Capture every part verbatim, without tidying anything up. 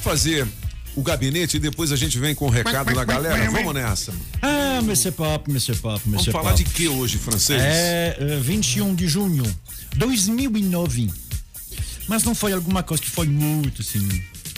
fazer o gabinete e depois a gente vem com o recado da galera? Vamos nessa. Ah, Monsieur Pop, Monsieur Pop, Monsieur Vamos falar Pop. de que hoje, francês? É uh, vinte e um de junho de dois mil e nove. Mas não foi alguma coisa que foi muito assim.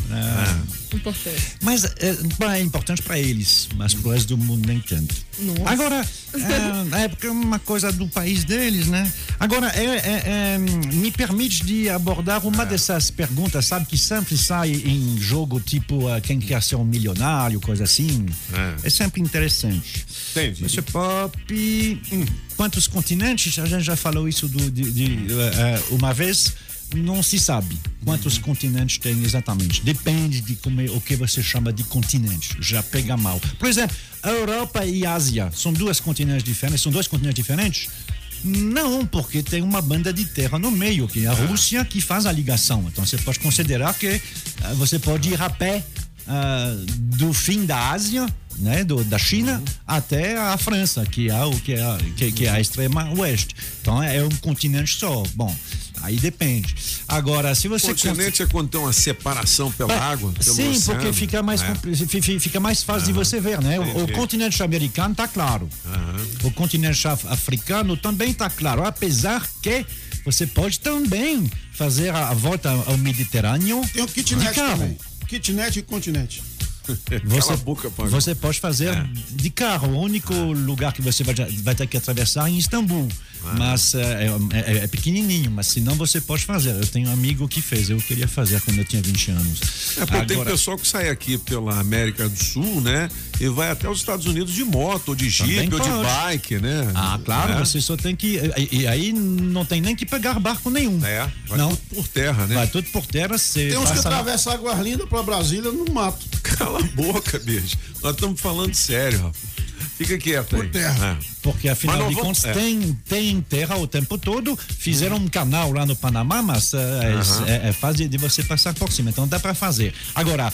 Ah, Importante. Mas é, é importante para eles, mas pro resto do mundo nem tanto. Nossa. Agora, é, é porque é uma coisa do país deles, né? Agora, é, é, é, me permite de abordar uma dessas perguntas, sabe, que sempre sai em jogo, tipo, uh, quem quer ser um milionário, coisa assim. É, é sempre interessante. Entendi. Monsieur Pop, hum, quantos continentes? A gente já falou isso do, de, de, uh, uh, uma vez. Não se sabe quantos uhum. continentes tem exatamente. Depende de como é, o que você chama de continente. Já pega mal. Por exemplo, a Europa e a Ásia são dois continentes diferentes. São dois continentes diferentes? Não, porque tem uma banda de terra no meio, que é a Rússia, que faz a ligação. Então você pode considerar que uh, você pode ir a pé uh, do fim da Ásia, né, do, da China, uhum. até a França, que é, o, que, é a, que, que é a extrema oeste. Então é um continente só. Bom, aí depende. Agora, se você... O continente cons... é quando tem uma separação pela é, água? Pelo sim, oceano. Porque fica mais, é. fica mais fácil uhum. de você ver, né? O, o continente americano tá claro. Uhum. O continente africano também tá claro. Apesar que você pode também fazer a, a volta ao Mediterrâneo. Tem o kitnet também. Kitnet e continente. Você, boca, você pode fazer é. de carro. O único é. lugar que você vai, vai ter que atravessar é em Istambul. Ah. Mas é, é, é pequenininho, mas senão você pode fazer. Eu tenho um amigo que fez, eu queria fazer quando eu tinha vinte anos. É, porque Agora, tem pessoal que sai aqui pela América do Sul, né? E vai até os Estados Unidos de moto, ou de jeep, ou de bike, né? Ah, claro, é. você só tem que... E, e aí não tem nem que pegar barco nenhum. É, vai não. tudo por terra, né? Vai tudo por terra. Você tem uns que atravessam a Águas Lindas pra Brasília no mato. Cala a boca, bicho. Nós estamos falando sério, rapaz. Fica quieto aí. Por terra. É. Porque afinal de contas é. tem, tem terra o tempo todo. Fizeram um canal lá no Panamá, mas uh, uhum. é, é fácil de você passar por cima. Então dá para fazer. Agora,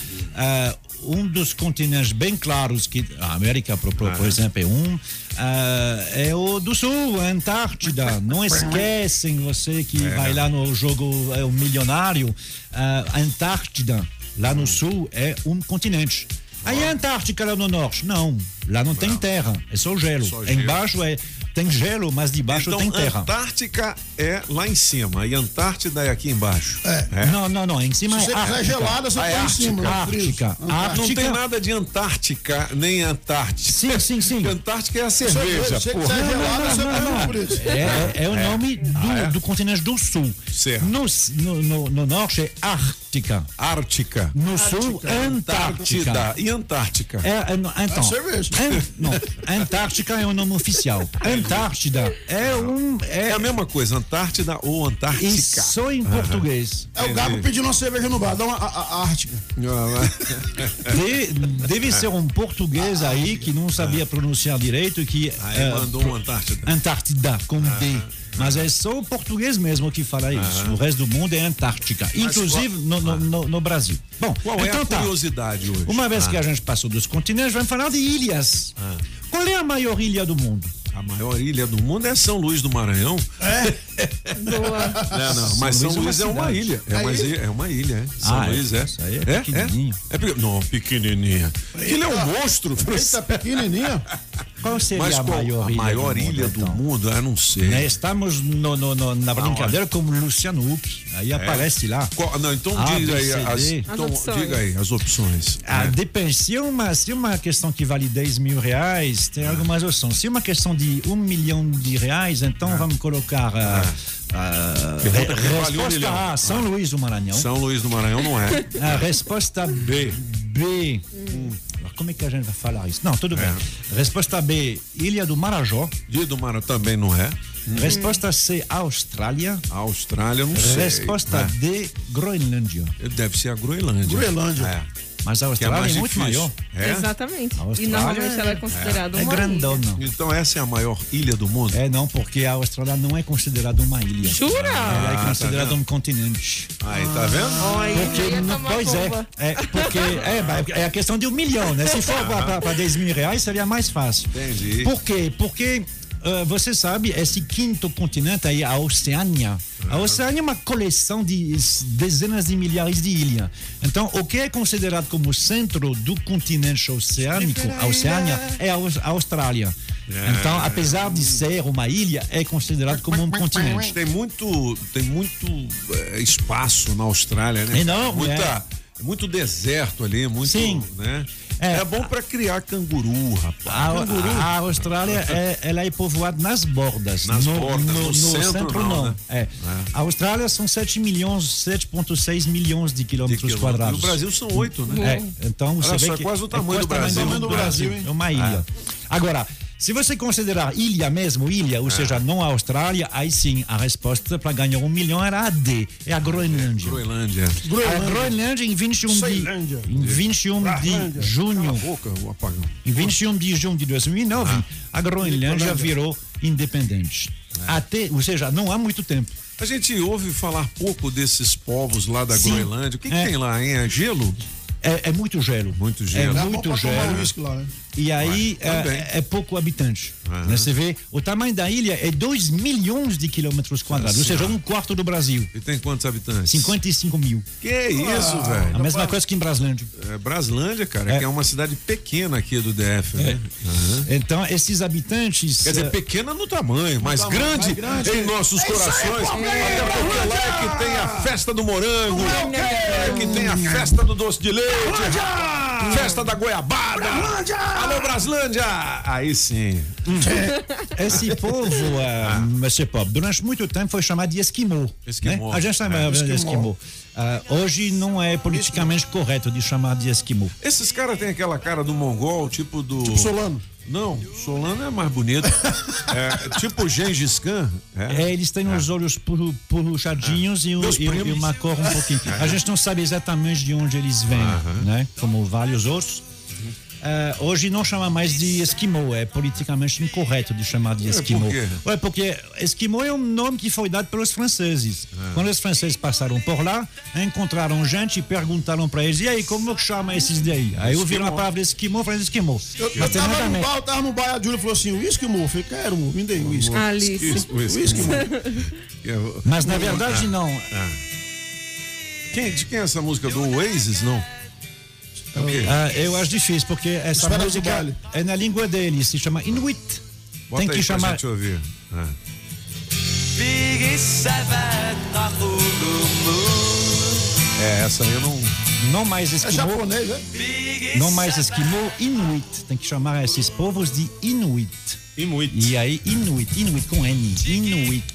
uh, um dos continentes bem claros que a América, por, por uhum. exemplo, é um, uh, é o do Sul, a Antártida. Não esquecem você que é. vai lá no jogo é, o milionário. Uh, a Antártida, lá no Sul, é um continente. Aí a Antártica lá no norte, não, lá não, não tem terra, é só gelo. Só gelo. Embaixo é, tem gelo, mas debaixo então, tem terra. Antártica é lá em cima e Antártida é aqui embaixo. É. é? Não, não, não, em cima Se é Ártica. Se é gelada, você põe em cima. Ártica. Ártica. Ártica. Não tem nada de Antártica, nem Antártica. Sim, sim, sim. Antártica é a cerveja, se porra. Se é gelada, você põe por isso. É, é, é o nome do, ah, é? do continente do Sul. Certo. No, no, no, no norte é Ártica. Ártica. No Ártica. sul, Antártica. E Antártica? É, é, no, então, é cerveja. É, não, Antártica é o nome oficial. Antártida é um... É, é a mesma coisa, Antártida ou Antártica. Isso em português. É o Gabo pedindo uma cerveja no bar, dá uma a, a, a Ártica. De, deve ser um português aí que não sabia pronunciar direito e que... Aí é, mandou um Antártida. Antártida, com D. Mas é só o português mesmo que fala isso. O resto do mundo é Antártica. Inclusive no, no, no, no Brasil. Bom, qual então, é a tá. curiosidade hoje? Uma vez ah. que a gente passou dos continentes, vamos falar de ilhas. Ah. Qual é a maior ilha do mundo? A maior ilha do mundo é São Luís do Maranhão. É? Boa. Não, não, mas São, São Luís, Luís é uma ilha. É uma ilha, é uma ilha, é. São ah, Luís é. Isso aí é, é pequenininho. É, é, não, pequenininha. Ele é um monstro. Eita, pequenininha. Qual seria mas a qual, maior a ilha maior do mundo? Ilha do então? mundo? Eu não sei. Né, estamos no, no, no, na brincadeira como Luciano Huck. Aí é. aparece lá. Qual, não, então A, diga B, aí C, as, então, as diga aí as opções. Ah, é. Depende. Se é uma, se é uma questão que vale dez mil reais, tem algumas opções. Se é uma questão de um milhão de reais, então ah. vamos colocar a. Ah, re, resposta A, São ah. Luís do Maranhão. São Luís do Maranhão não é. A resposta B. B. Hum. Como é que a gente vai falar isso? Não, tudo é. bem. Resposta B, Ilha do Marajó. Ilha do Marajó também não é. Hum. Resposta C, Austrália. Austrália, não sei. Resposta é. D, Groenlândia. Deve ser a Groenlândia. Groenlândia. É. Mas a Austrália é, é muito maior. É? Exatamente. E normalmente ela é considerada é, uma é grandona. ilha. Então essa é a maior ilha do mundo? É, não, porque a Austrália não é considerada uma ilha. Jura? Ela é considerada ah, tá um continente. Aí, tá vendo? Ah, porque, não, pois é, é, porque é, é a questão de um milhão, né? Se for para dez mil reais, seria mais fácil. Entendi. Por quê? Porque... Uh, você sabe, esse quinto continente aí, a Oceânia, A Oceania é uma coleção de dezenas de milhares de ilhas. Então, o que é considerado como centro do continente oceânico, a Oceania, é a Austrália. Então, apesar de ser uma ilha, é considerado como um continente. Tem muito, tem muito é, espaço na Austrália, né? Enorme, Muita, é. muito deserto ali, muito, Sim. né? É, É, bom para criar canguru, rapaz. A, Canguru. a Austrália é, ela é povoada nas bordas. Nas no, bordas, no, no no centro centro, não, não. né? É. É. A Austrália são sete milhões, sete vírgula seis milhões de De quilômetros quilômetros. quadrados. E o Brasil são oito, né? É, então você Olha vê só, que quase o tamanho é do quase o Brasil. tamanho do Brasil. hein? É uma ilha. Agora, se você considerar ilha mesmo, ilha, ou seja, não a Austrália, aí sim, a resposta para ganhar um milhão era a D, é a Groenlândia. Groenlândia. A Groenlândia em vinte e um de, Ceilândia. em vinte e um de Groenlândia. junho, Cala a boca, o apagão. em vinte e um de junho de dois mil e nove, a Groenlândia virou independente. Até, ou seja, não há muito tempo. A gente ouve falar pouco desses povos lá da Sim. Groenlândia. O que, que É. tem lá, hein? É gelo? É, é muito gelo. Muito gelo. É Dá muito bom pra tomar gelo. uísque lá, né? E aí Ué, também. é, é pouco habitante. Aham. Né? Você vê, o tamanho da ilha é dois milhões de quilômetros quadrados, ou seja, um quarto do Brasil. E tem quantos habitantes? cinquenta e cinco mil. Que isso, A velho? mesma coisa que em Braslândia. É Braslândia, cara, É. que é uma cidade pequena aqui do D F, né? Aham. Então, esses habitantes. Quer dizer, eh, pequena no tamanho, mas tamanho, grande, mais grande. em nossos É isso aí, corações. Palmeiras! Até porque lá é que tem a festa do morango, Não é o quê? é que tem a festa do doce de leite, festa da goiabada. Alô, Braslândia! Aí sim. Esse povo, uh, Monsieur Pop, durante muito tempo foi chamado de Esquimô. Esquimô. Né? A gente chama É, de Esquimô. Esquimô. Uh, hoje não é politicamente correto de chamar de Esquimô. Esses caras têm aquela cara do mongol, tipo do... Solano. Não, Solano é mais bonito. É, tipo Gengis Khan. É. É, eles têm os olhos puru- puruchadinhos e, o, Meus e, o- e primos. uma cor um pouquinho. A gente não sabe exatamente de onde eles vêm, né? Como vários outros. Ah, hoje não chama mais de Esquimô, é politicamente incorreto de chamar de Esquimô. por quê? Ué, porque Esquimô é um nome que foi dado pelos franceses. Quando os franceses passaram por lá, encontraram gente e perguntaram para eles: e aí, como que chama esses daí? Aí ouviram a palavra Esquimô, falaram Esquimô. Eu, Mas eu tem nada tava a no ver. bar, eu tava no bar, a Júlia falou assim, uísque, amor? Eu falei, quero, amor, me dê uísque. Alice. Uísque, amor. Mas na verdade não. Quem, de quem é essa música? Do Oasis, não? É o quê? Ah, eu acho difícil, porque essa Espera do música baile. é na língua deles, se chama Inuit. Bota Tem aí que pra chamar. gente ouvir. Ah. É, essa aí eu não... Não mais É Esquimô, japonês, né? não mais Esquimô, Inuit. Tem que chamar esses povos de Inuit. Inuit. E aí, Inuit, Inuit com N, Inuit.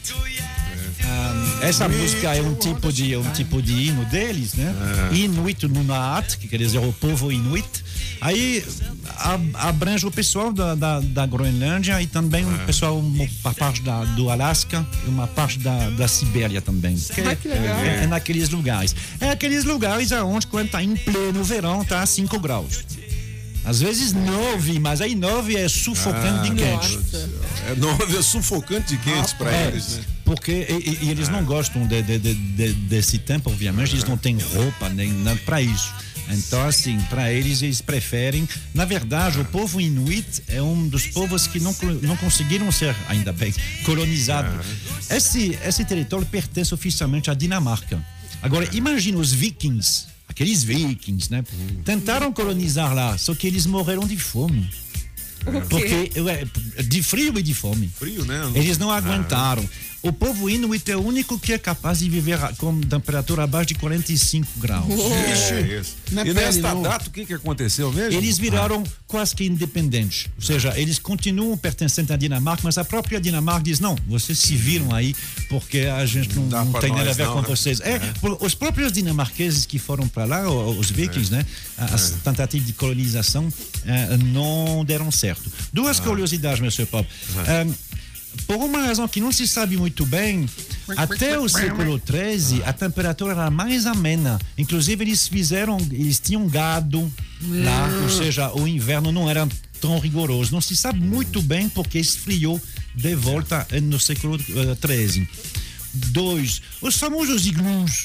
Ah, essa música é um tipo de um tipo de hino deles, né? Inuit Nunaat, que quer dizer o povo Inuit. Aí ab- abrange o pessoal da, da, da Groenlândia e também o pessoal, uma parte da, do Alasca e uma parte da, da Sibéria também. Que Ah, que legal. É, é naqueles lugares. É aqueles lugares aonde quando tá em pleno verão tá cinco graus. Às vezes nove, mas aí nove é sufocante de quente. Nossa. É nove, é sufocante de quentes pra É, eles, né? porque e, e- e eles não gostam de, de- de- de- desse tempo, obviamente, eles não têm roupa nem nada para isso. Então, assim, para eles, eles preferem. Na verdade, o povo Inuit é um dos povos que não, colo- não conseguiram ser, ainda bem, colonizado. Esse, esse território pertence oficialmente à Dinamarca. Agora, imagina os vikings, aqueles vikings, né? Tentaram colonizar lá, só que eles morreram de fome. O quê? Porque ué, de frio e de fome. Frio, né? Eles não aguentaram. O povo Inuit é o único que é capaz de viver a- com temperatura abaixo de quarenta e cinco graus. É isso. Não é E pele, nesta não. data, o que, que aconteceu mesmo? Eles viraram quase que independentes. Ou seja, eles continuam pertencendo à Dinamarca, mas a própria Dinamarca diz: não, vocês se viram aí porque a gente não, dá não pra tem nada a nós ver não, com né? vocês. É, por- os próprios dinamarqueses que foram para lá, o- os vikings, né? As tentativas de colonização eh, não deram certo. Duas curiosidades, Monsieur Pop. Eh, por uma razão que não se sabe muito bem, até o século treze a temperatura era mais amena. Inclusive eles fizeram, eles tinham gado lá, ou seja, o inverno não era tão rigoroso. Não se sabe muito bem porque esfriou de volta eh, no século eh, treze. Dois, os famosos iglus.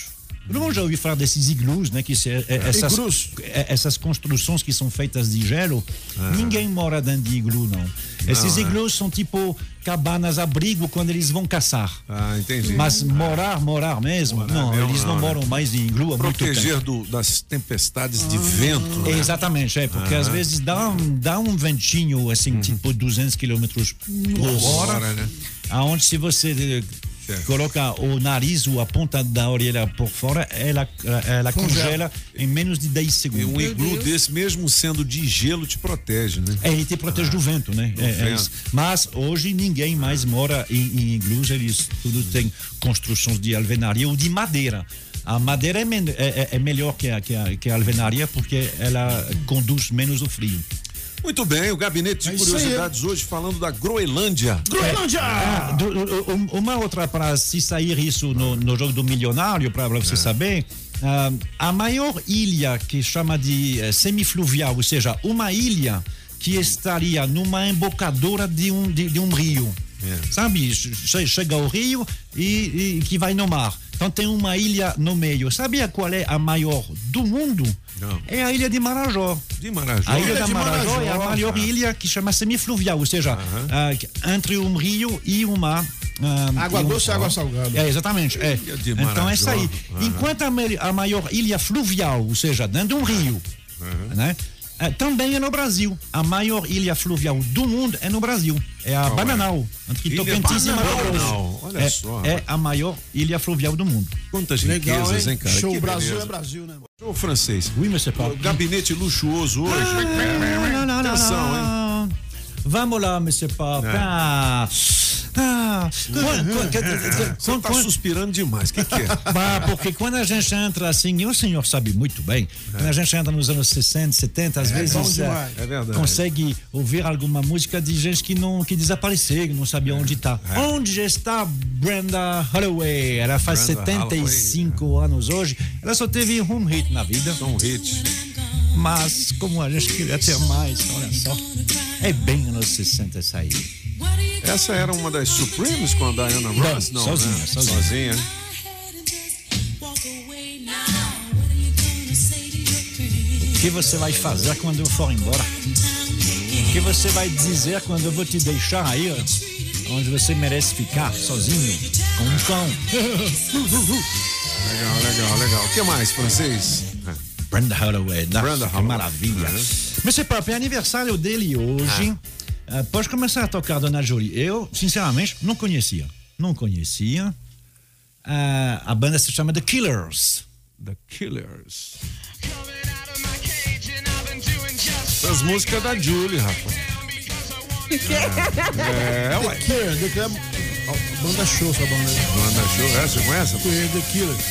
Todo mundo já ouviu falar desses iglus, né? Que é, é, essas, é, essas construções que são feitas de gelo. Ah. Ninguém mora dentro de iglu, não. Esses não, iglus é. são tipo cabanas abrigo quando eles vão caçar. Ah, entendi. Mas morar, morar mesmo, morar não, mesmo, eles não, não moram né? mais em iglu há Proteger muito tempo. Do, das tempestades ah. de vento. Né? Exatamente, é, porque ah. às vezes dá um, dá um ventinho assim, uhum. tipo duzentos quilômetros por hora, hora né? aonde se você certo. Coloca o nariz ou a ponta da orelha por fora, ela, ela congela em menos de dez segundos. E um iglu desse, mesmo sendo de gelo, te protege, né? É, ele te protege ah, do vento, né? Do é, vento. É mas hoje ninguém mais mora em, em iglus, eles tudo tem construções de alvenaria ou de madeira. A madeira é, men é, é melhor que a, que, a, que a alvenaria porque ela conduz menos o frio. Muito bem, o Gabinete de é Curiosidades hoje falando da Groenlândia. Groenlândia! É, do, do, uma outra para se sair isso no, no jogo do milionário, para você é. saber, uh, a maior ilha que chama de uh, semifluvial, ou seja, uma ilha que estaria numa embocadura de um, de, de um rio. É. Sabe, chega ao rio e, e que vai no mar. Então tem uma ilha no meio. Sabia qual é a maior do mundo? Não. É a ilha de Marajó. De Marajó. A ilha de Marajó, Marajó é a maior ah. ilha que chama semifluvial, ou seja, uh, entre um rio e um mar. Uh, água um, doce e água salgada. É, exatamente. É. Então essa aí. Uhum. Enquanto a, a maior ilha fluvial, ou seja, dentro de um rio, uhum. né? É, também é no Brasil. A maior ilha fluvial do mundo é no Brasil. É a oh, Bananal, entre Tocantins e Mato Grosso. Olha é, só. É a maior ilha fluvial do mundo. Quantas Legal, riquezas, hein, cara? Show que Brasil beleza. É Brasil, né? Show francês. Oui, monsieur Paul. Gabinete luxuoso hoje. Ah, não, não, Atenção, não, não. hein? Vamos lá, monsieur Paul. É. Ah. Ah, você está suspirando demais, o que, que é? Bah, porque quando a gente entra assim, e o senhor sabe muito bem, é. quando a gente entra nos anos sessenta, setenta, às é vezes é, é consegue ouvir alguma música de gente que não que desapareceu, que não sabia é. onde está. É. Onde está Brenda Holloway? Ela faz Brenda setenta e cinco Holloway, anos hoje, ela só teve um hit na vida. Só um hit. Mas como a gente queria ter mais, olha só, é bem anos sessenta essa aí. Essa era uma das Supremes com a Diana Ross? Não, sozinha, né? sozinha. sozinha. O que você vai fazer quando eu for embora? O que você vai dizer quando eu vou te deixar aí, ó, onde você merece ficar, sozinho, com um cão? Legal, legal, legal. O que mais, francês? Brenda Holloway, né? Brenda que maravilha. Uhum. Mas é próprio, é aniversário dele hoje. Ah. Uh, pode começar a tocar Dona Jolie. Eu, sinceramente, não conhecia. Não conhecia. Uh, a banda se chama The Killers. The Killers. As músicas da Julie, rapaz. É, é, ué. The Killers, The Killers. Oh, banda show, essa banda. Banda show, é? Você conhece? The Killers.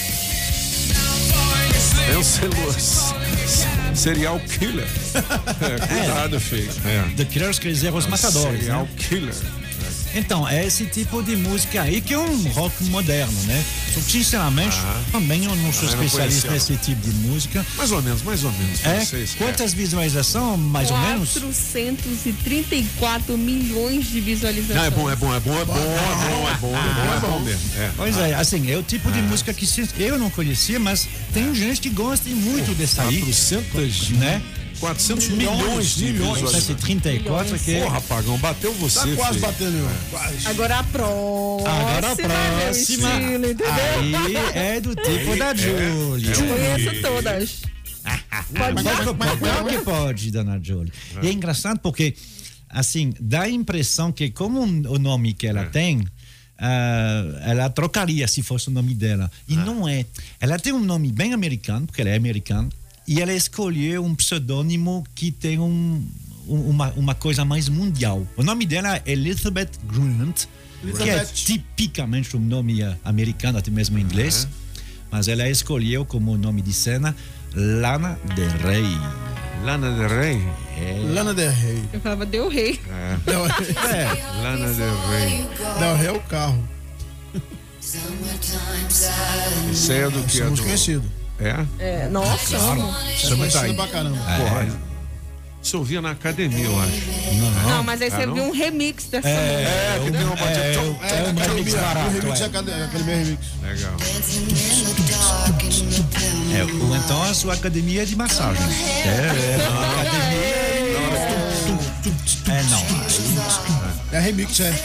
É um celular. Serial killer. É, cuidado, filho. É. The Killers quer dizer os matadores. Serial né? killer. Então, é esse tipo de música aí que é um rock moderno, né? Só que, sinceramente, ah, também eu não sou especialista não nesse tipo de música. Mais ou menos, mais ou menos. É? Vocês, Quantas é. visualizações, mais ou menos? quatrocentos e trinta e quatro milhões de visualizações. Não, é bom, é bom, é bom, é bom, é bom, é bom, é bom, é bom mesmo. É. Pois é, assim, é o tipo de ah. música que eu não conhecia, mas tem gente que gosta muito dessa aí. quatrocentos, né? quatrocentos milhões de milhões. trinta e quatro que Porra, Pagão, bateu você. Tá quase filho. batendo, meu. Quase. Agora a próxima. Agora a próxima. Aí é do tipo é, da Julie. É, é conheço todas. Pode pode, pode, que pode, dona Julie. E é engraçado porque, assim, dá a impressão que, como o nome que ela é. tem, uh, ela trocaria se fosse o nome dela. E ah. não é. Ela tem um nome bem americano, porque ela é americana. E ela escolheu um pseudônimo que tem um, uma, uma coisa mais mundial. O nome dela é Elizabeth Grant, Elizabeth. que é tipicamente um nome americano, até mesmo em inglês. Uhum. Mas ela escolheu como nome de cena Lana Del Rey. Lana Del Rey? É. Lana Del Rey. Eu falava Del Rey. É. é. Lana Del Rey. Del Rey é o carro. Isso é do que é do... conhecido. É? É, nossa. Claro. Isso é conhecido pra caramba. É. Porra, isso eu via na academia, eu acho. Não, não mas aí você ah, viu um remix dessa é, música. É, que tem uma é, é, é, é um remix barato. O remix é aquele remix. Legal. É, ou então a sua academia de massagem. É, é uma academia. É, não. É remix, é.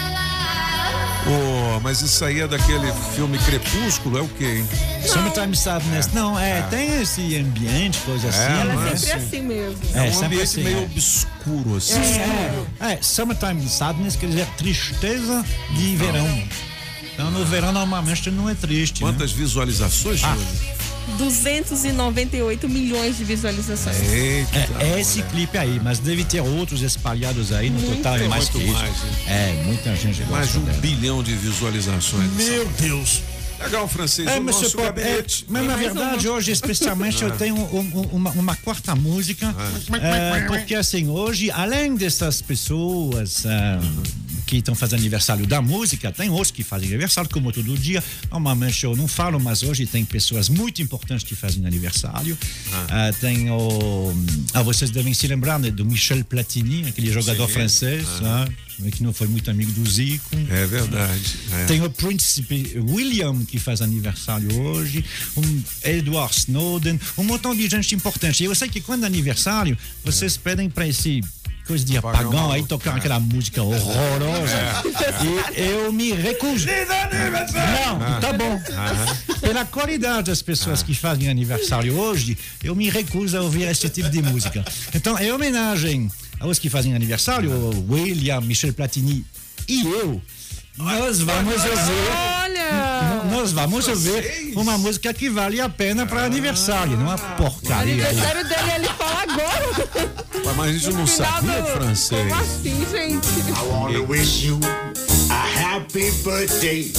Oh, mas isso aí é daquele filme Crepúsculo, é o quê, hein? Summertime Sadness. Não, é, tem esse ambiente, coisa assim. Ela né? é sempre assim mesmo. É, um sempre ambiente assim, meio é. obscuro, assim. É, é, Summertime Sadness quer dizer tristeza de verão. Então no verão normalmente não é triste. Quantas né? visualizações, Ah. Júlio? duzentos e noventa e oito milhões de visualizações. Eita, É esse olha. clipe aí, mas deve ter outros espalhados aí, no Muito. total é mais Muito que isso. mais, né? É, muita gente Mais de gosta um dela. bilhão de visualizações. Meu Deus. Legal, francês. É, o mas, nosso você pode- é, gabinete. mas na Mais verdade, uma. hoje, especialmente, eu tenho um- um- uma, uma quarta música. é, porque, assim, hoje, além dessas pessoas ah, que estão fazendo aniversário da música, tem outros que fazem aniversário, como todo dia. Normalmente eu não falo, mas hoje tem pessoas muito importantes que fazem aniversário. Ah, tem o. Ah, vocês devem se lembrar, né, do Michel Platini, aquele jogador Sim. francês, né, que não foi muito amigo do Zico. É verdade. é. Tem o príncipe William, que faz aniversário hoje, um Edward Snowden, um montão de gente importante. E eu sei que quando é aniversário, vocês pedem para esse coisa de Apagão, apagão aí maluco. tocar aquela música horrorosa. E eu me recuso. Não, tá bom. Pela qualidade das pessoas que fazem aniversário hoje, eu me recuso a ouvir esse tipo de música. Então, em homenagem aos que fazem aniversário, o William, Michel Platini e eu, nós vamos ouvir. Olha! Nós vamos ouvir uma música que vale a pena para aniversário, não uma O porcaria. aniversário dele, ele fala agora. Mas a gente não No final sabia do- francês. Como assim, gente? I wanna wish you a happy birthday.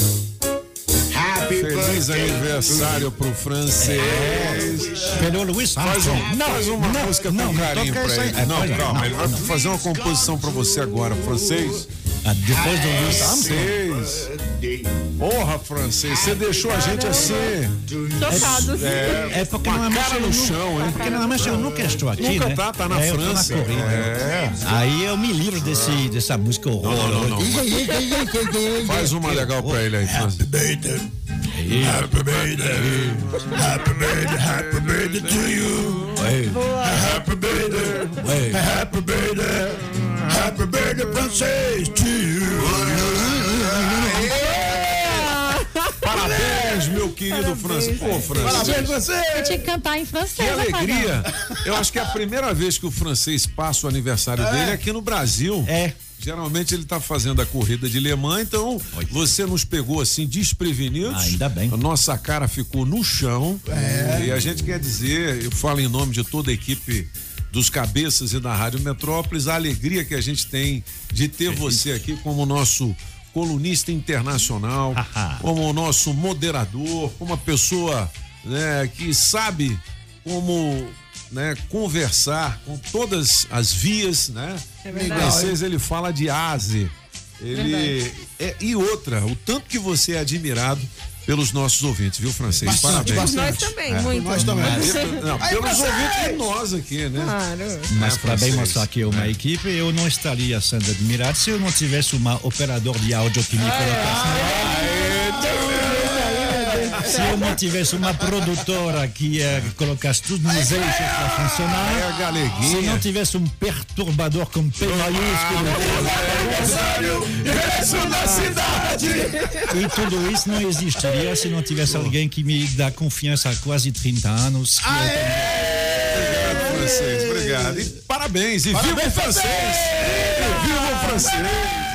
Happy Feliz birthday. aniversário pro francês. Pelo Luiz Faz, um, Armstrong. faz uma não, música não, com não carinho toca pra essa aí. ele. É, Não, pois é, calma, não, ele vai fazer uma composição pra você agora, francês. Ah, depois do Luiz Armstrong. Francês. Birthday. Porra, francês, você deixou a gente assim. Chocados. É porque Com a normalmente cara eu no nu- chão, hein? é porque normalmente eu nunca estou aqui, Nunca né? tá, tá na é, eu tô França. na corrida. É. Aí eu me livro desse, dessa música horrorosa. Não, não, não. Faz uma legal pra ele aí, francês. Birthday. Happy birthday. Happy birthday. Happy birthday to you. Happy birthday. Happy birthday. Happy birthday, francês, to you. Parabéns, meu querido francês. Pô, francês. Eu tinha que cantar em Que francês. alegria! Eu acho que é a primeira vez que o francês passa o aniversário dele aqui no Brasil. É. Geralmente ele tá fazendo a corrida de Le Mans, então você nos pegou assim desprevenidos. Ah, ainda bem. A nossa cara ficou no chão. E a gente quer dizer, eu falo em nome de toda a equipe dos Cabeças e da Rádio Metrópolis, a alegria que a gente tem de ter você aqui como nosso colunista internacional, como o nosso moderador, como uma pessoa, né, que sabe como, né, conversar com todas as vias, né? É verdade. Francês, ele fala de ase. Ele é, e outra, o tanto que você é admirado pelos nossos ouvintes, viu, francês? Bastante, Parabéns. Nós bastante. também, muito. Nós também. Não, pelos ouvintes de nós aqui, né? Claro. Mas É, para bem francês. mostrar que é uma equipe, eu não estaria sendo admirado se eu não tivesse uma operador de áudio que me colocasse. Se eu não tivesse uma produtora que eh, colocasse tudo nos eixos para funcionar. É a galeguinha. Se não tivesse um perturbador com P maiúsculo. E tudo isso não existiria se não tivesse alguém que me dá confiança há quase trinta anos. que Obrigado, francês. Obrigado. E parabéns. E viva o francês! E viva o francês!